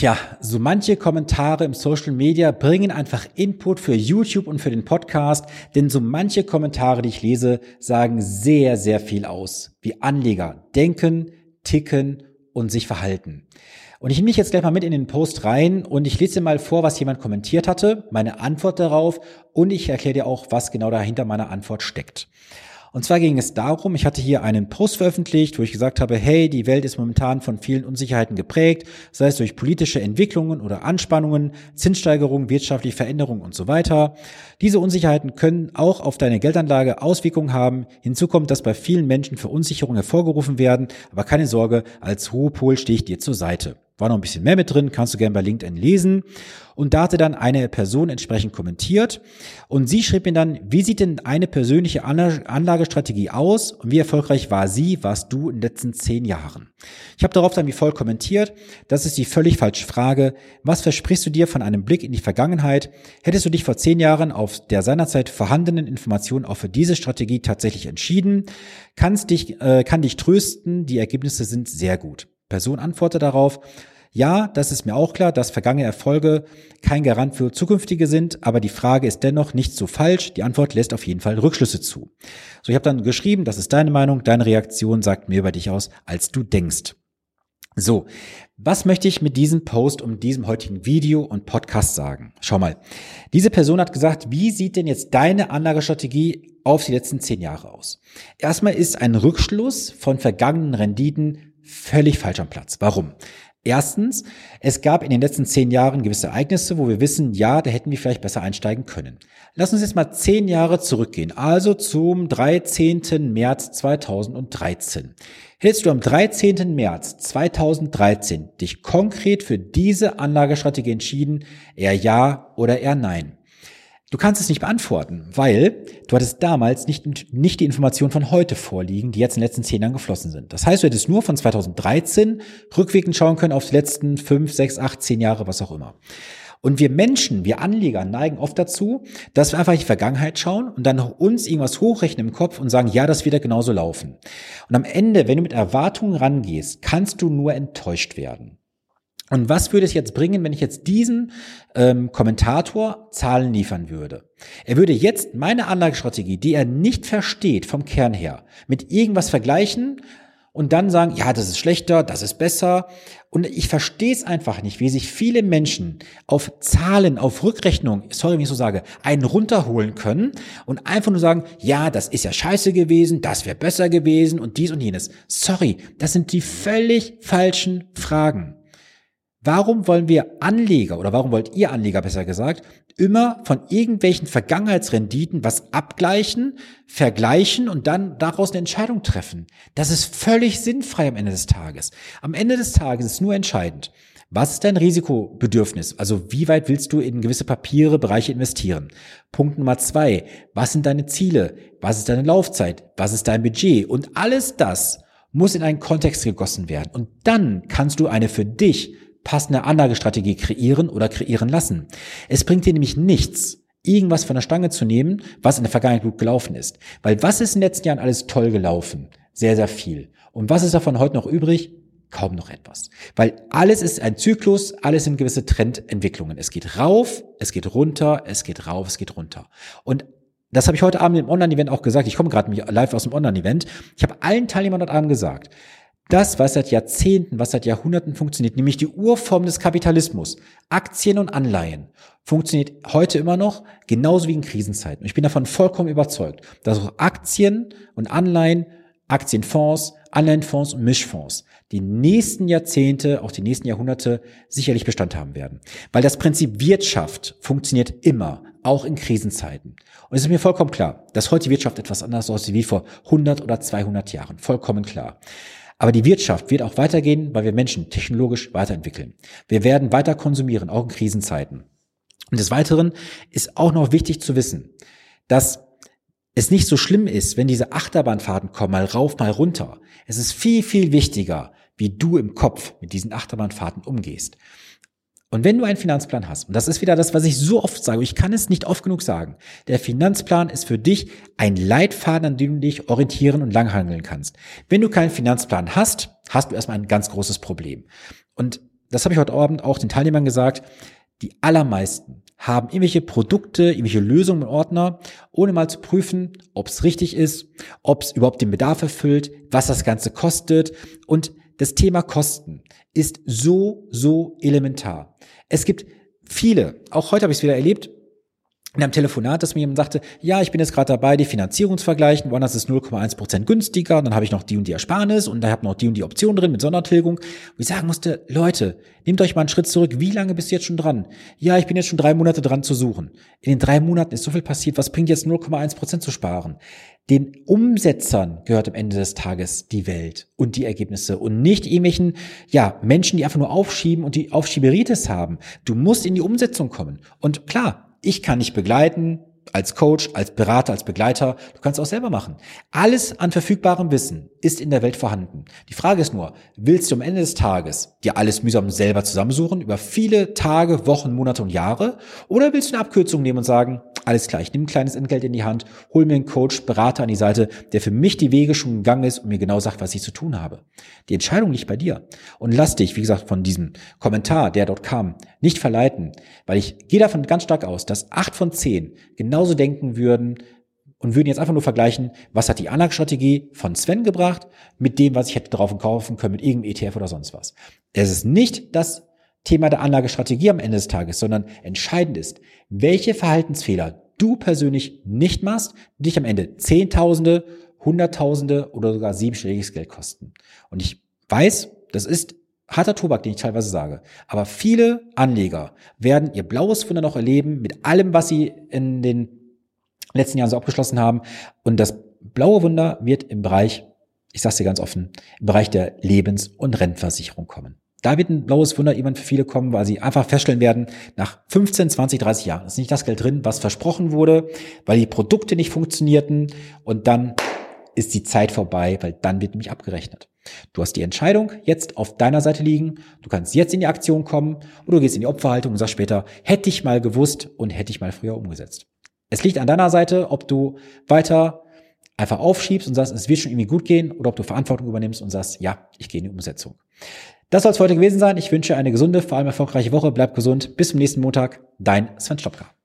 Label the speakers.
Speaker 1: Tja, so manche Kommentare im Social Media bringen einfach Input für YouTube und für den Podcast, denn so manche Kommentare, die ich lese, sagen sehr, sehr viel aus, wie Anleger denken, ticken und sich verhalten. Und ich nehme dich jetzt gleich mal mit in den Post rein und ich lese dir mal vor, was jemand kommentiert hatte, meine Antwort darauf und ich erkläre dir auch, was genau dahinter meiner Antwort steckt. Und zwar ging es darum, ich hatte hier einen Post veröffentlicht, wo ich gesagt habe, hey, die Welt ist momentan von vielen Unsicherheiten geprägt, sei es durch politische Entwicklungen oder Anspannungen, Zinssteigerungen, wirtschaftliche Veränderungen und so weiter. Diese Unsicherheiten können auch auf deine Geldanlage Auswirkungen haben. Hinzu kommt, dass bei vielen Menschen Verunsicherungen hervorgerufen werden, aber keine Sorge, als Ruhepol stehe ich dir zur Seite. War noch ein bisschen mehr mit drin, kannst du gerne bei LinkedIn lesen. Und da hatte dann eine Person entsprechend kommentiert und sie schrieb mir dann, wie sieht denn eine persönliche Anlagestrategie aus und wie erfolgreich warst du in den letzten 10 Jahren? Ich habe darauf dann wie folgt kommentiert, das ist die völlig falsche Frage. Was versprichst du dir von einem Blick in die Vergangenheit? Hättest du dich vor 10 Jahren auf der seinerzeit vorhandenen Informationen auch für diese Strategie tatsächlich entschieden? Kann dich trösten, die Ergebnisse sind sehr gut. Person antwortet darauf, ja, das ist mir auch klar, dass vergangene Erfolge kein Garant für zukünftige sind, aber die Frage ist dennoch nicht so falsch. Die Antwort lässt auf jeden Fall Rückschlüsse zu. So, ich habe dann geschrieben, das ist deine Meinung, deine Reaktion sagt mehr über dich aus, als du denkst. So, was möchte ich mit diesem Post und diesem heutigen Video und Podcast sagen? Schau mal, diese Person hat gesagt, wie sieht denn jetzt deine Anlagestrategie auf die letzten 10 Jahre aus? Erstmal ist ein Rückschluss von vergangenen Renditen völlig falsch am Platz. Warum? Erstens, es gab in den letzten 10 Jahren gewisse Ereignisse, wo wir wissen, ja, da hätten wir vielleicht besser einsteigen können. Lass uns jetzt mal 10 Jahre zurückgehen, also zum 13. März 2013. Hättest du am 13. März 2013 dich konkret für diese Anlagestrategie entschieden, eher ja oder eher nein? Du kannst es nicht beantworten, weil du hattest damals nicht die Informationen von heute vorliegen, die jetzt in den letzten 10 Jahren geflossen sind. Das heißt, du hättest nur von 2013 rückwirkend schauen können auf die letzten 5, 6, 8, 10 Jahre, was auch immer. Und wir Menschen, wir Anleger neigen oft dazu, dass wir einfach in die Vergangenheit schauen und dann uns irgendwas hochrechnen im Kopf und sagen, ja, das wird ja genauso laufen. Und am Ende, wenn du mit Erwartungen rangehst, kannst du nur enttäuscht werden. Und was würde es jetzt bringen, wenn ich jetzt diesem Kommentator Zahlen liefern würde? Er würde jetzt meine Anlagestrategie, die er nicht versteht vom Kern her, mit irgendwas vergleichen und dann sagen, ja, das ist schlechter, das ist besser. Und ich verstehe es einfach nicht, wie sich viele Menschen auf Zahlen, auf Rückrechnung, sorry, wenn ich so sage, einen runterholen können und einfach nur sagen, ja, das ist ja scheiße gewesen, das wäre besser gewesen und dies und jenes. Sorry, das sind die völlig falschen Fragen. Warum wollen wir Anleger oder warum wollt ihr Anleger besser gesagt immer von irgendwelchen Vergangenheitsrenditen was abgleichen, vergleichen und dann daraus eine Entscheidung treffen? Das ist völlig sinnfrei am Ende des Tages. Am Ende des Tages ist nur entscheidend, was ist dein Risikobedürfnis? Also wie weit willst du in gewisse Papiere, Bereiche investieren? Punkt Nummer 2, was sind deine Ziele? Was ist deine Laufzeit? Was ist dein Budget? Und alles das muss in einen Kontext gegossen werden. Und dann kannst du eine für dich passende Anlagestrategie kreieren oder kreieren lassen. Es bringt dir nämlich nichts, irgendwas von der Stange zu nehmen, was in der Vergangenheit gut gelaufen ist. Weil was ist in den letzten Jahren alles toll gelaufen? Sehr, sehr viel. Und was ist davon heute noch übrig? Kaum noch etwas. Weil alles ist ein Zyklus, alles sind gewisse Trendentwicklungen. Es geht rauf, es geht runter, es geht rauf, es geht runter. Und das habe ich heute Abend im Online-Event auch gesagt. Ich komme gerade live aus dem Online-Event. Ich habe allen Teilnehmern heute Abend gesagt, das, was seit Jahrzehnten, was seit Jahrhunderten funktioniert, nämlich die Urform des Kapitalismus, Aktien und Anleihen, funktioniert heute immer noch, genauso wie in Krisenzeiten. Und ich bin davon vollkommen überzeugt, dass auch Aktien und Anleihen, Aktienfonds, Anleihenfonds und Mischfonds die nächsten Jahrzehnte, auch die nächsten Jahrhunderte sicherlich Bestand haben werden. Weil das Prinzip Wirtschaft funktioniert immer, auch in Krisenzeiten. Und es ist mir vollkommen klar, dass heute die Wirtschaft etwas anders aussieht wie vor 100 oder 200 Jahren. Vollkommen klar. Aber die Wirtschaft wird auch weitergehen, weil wir Menschen technologisch weiterentwickeln. Wir werden weiter konsumieren, auch in Krisenzeiten. Und des Weiteren ist auch noch wichtig zu wissen, dass es nicht so schlimm ist, wenn diese Achterbahnfahrten kommen, mal rauf, mal runter. Es ist viel, viel wichtiger, wie du im Kopf mit diesen Achterbahnfahrten umgehst. Und wenn du einen Finanzplan hast, und das ist wieder das, was ich so oft sage, ich kann es nicht oft genug sagen, der Finanzplan ist für dich ein Leitfaden, an dem du dich orientieren und langhangeln kannst. Wenn du keinen Finanzplan hast, hast du erstmal ein ganz großes Problem. Und das habe ich heute Abend auch den Teilnehmern gesagt, die allermeisten haben irgendwelche Produkte, irgendwelche Lösungen im Ordner, ohne mal zu prüfen, ob es richtig ist, ob es überhaupt den Bedarf erfüllt, was das Ganze kostet. Und das Thema Kosten ist so elementar. Es gibt viele, auch heute habe ich es wieder erlebt, in einem Telefonat, dass mir jemand sagte, ja, ich bin jetzt gerade dabei, die Finanzierung zu vergleichen, woanders ist 0,1% günstiger, und dann habe ich noch die und die Ersparnis und da habe noch die und die Option drin mit Sondertilgung. Wo ich sagen musste, Leute, nehmt euch mal einen Schritt zurück, wie lange bist du jetzt schon dran? Ja, ich bin jetzt schon 3 Monate dran zu suchen. In den 3 Monaten ist so viel passiert, was bringt jetzt 0,1% zu sparen? Den Umsetzern gehört am Ende des Tages die Welt und die Ergebnisse und nicht irgendwelchen, Menschen, die einfach nur aufschieben und die Aufschieberitis haben. Du musst in die Umsetzung kommen. Und klar, ich kann dich begleiten, als Coach, als Berater, als Begleiter. Du kannst es auch selber machen. Alles an verfügbarem Wissen ist in der Welt vorhanden. Die Frage ist nur, willst du am Ende des Tages dir alles mühsam selber zusammensuchen, über viele Tage, Wochen, Monate und Jahre? Oder willst du eine Abkürzung nehmen und sagen, alles klar, ich nehme ein kleines Entgelt in die Hand, hol mir einen Coach, Berater an die Seite, der für mich die Wege schon gegangen ist und mir genau sagt, was ich zu tun habe. Die Entscheidung liegt bei dir. Und lass dich, wie gesagt, von diesem Kommentar, der dort kam, nicht verleiten, weil ich gehe davon ganz stark aus, dass 8 von 10 genauso denken würden und würden jetzt einfach nur vergleichen, was hat die Anlagestrategie von Sven gebracht mit dem, was ich hätte drauf kaufen können, mit irgendeinem ETF oder sonst was. Es ist nicht das Thema der Anlagestrategie am Ende des Tages, sondern entscheidend ist, welche Verhaltensfehler du persönlich nicht machst, die dich am Ende Zehntausende, Hunderttausende oder sogar 7-stelliges Geld kosten. Und ich weiß, das ist harter Tobak, den ich teilweise sage. Aber viele Anleger werden ihr blaues Wunder noch erleben mit allem, was sie in den letzten Jahren so abgeschlossen haben. Und das blaue Wunder wird im Bereich, ich sage es dir ganz offen, im Bereich der Lebens- und Rentenversicherung kommen. Da wird ein blaues Wunder irgendwann für viele kommen, weil sie einfach feststellen werden, nach 15, 20, 30 Jahren ist nicht das Geld drin, was versprochen wurde, weil die Produkte nicht funktionierten und dann ist die Zeit vorbei, weil dann wird nämlich abgerechnet. Du hast die Entscheidung jetzt auf deiner Seite liegen, du kannst jetzt in die Aktion kommen oder du gehst in die Opferhaltung und sagst später, hätte ich mal gewusst und hätte ich mal früher umgesetzt. Es liegt an deiner Seite, ob du weiter einfach aufschiebst und sagst, es wird schon irgendwie gut gehen, oder ob du Verantwortung übernimmst und sagst, ja, ich gehe in die Umsetzung. Das soll es für heute gewesen sein. Ich wünsche eine gesunde, vor allem erfolgreiche Woche. Bleib gesund. Bis zum nächsten Montag. Dein Sven Stopka.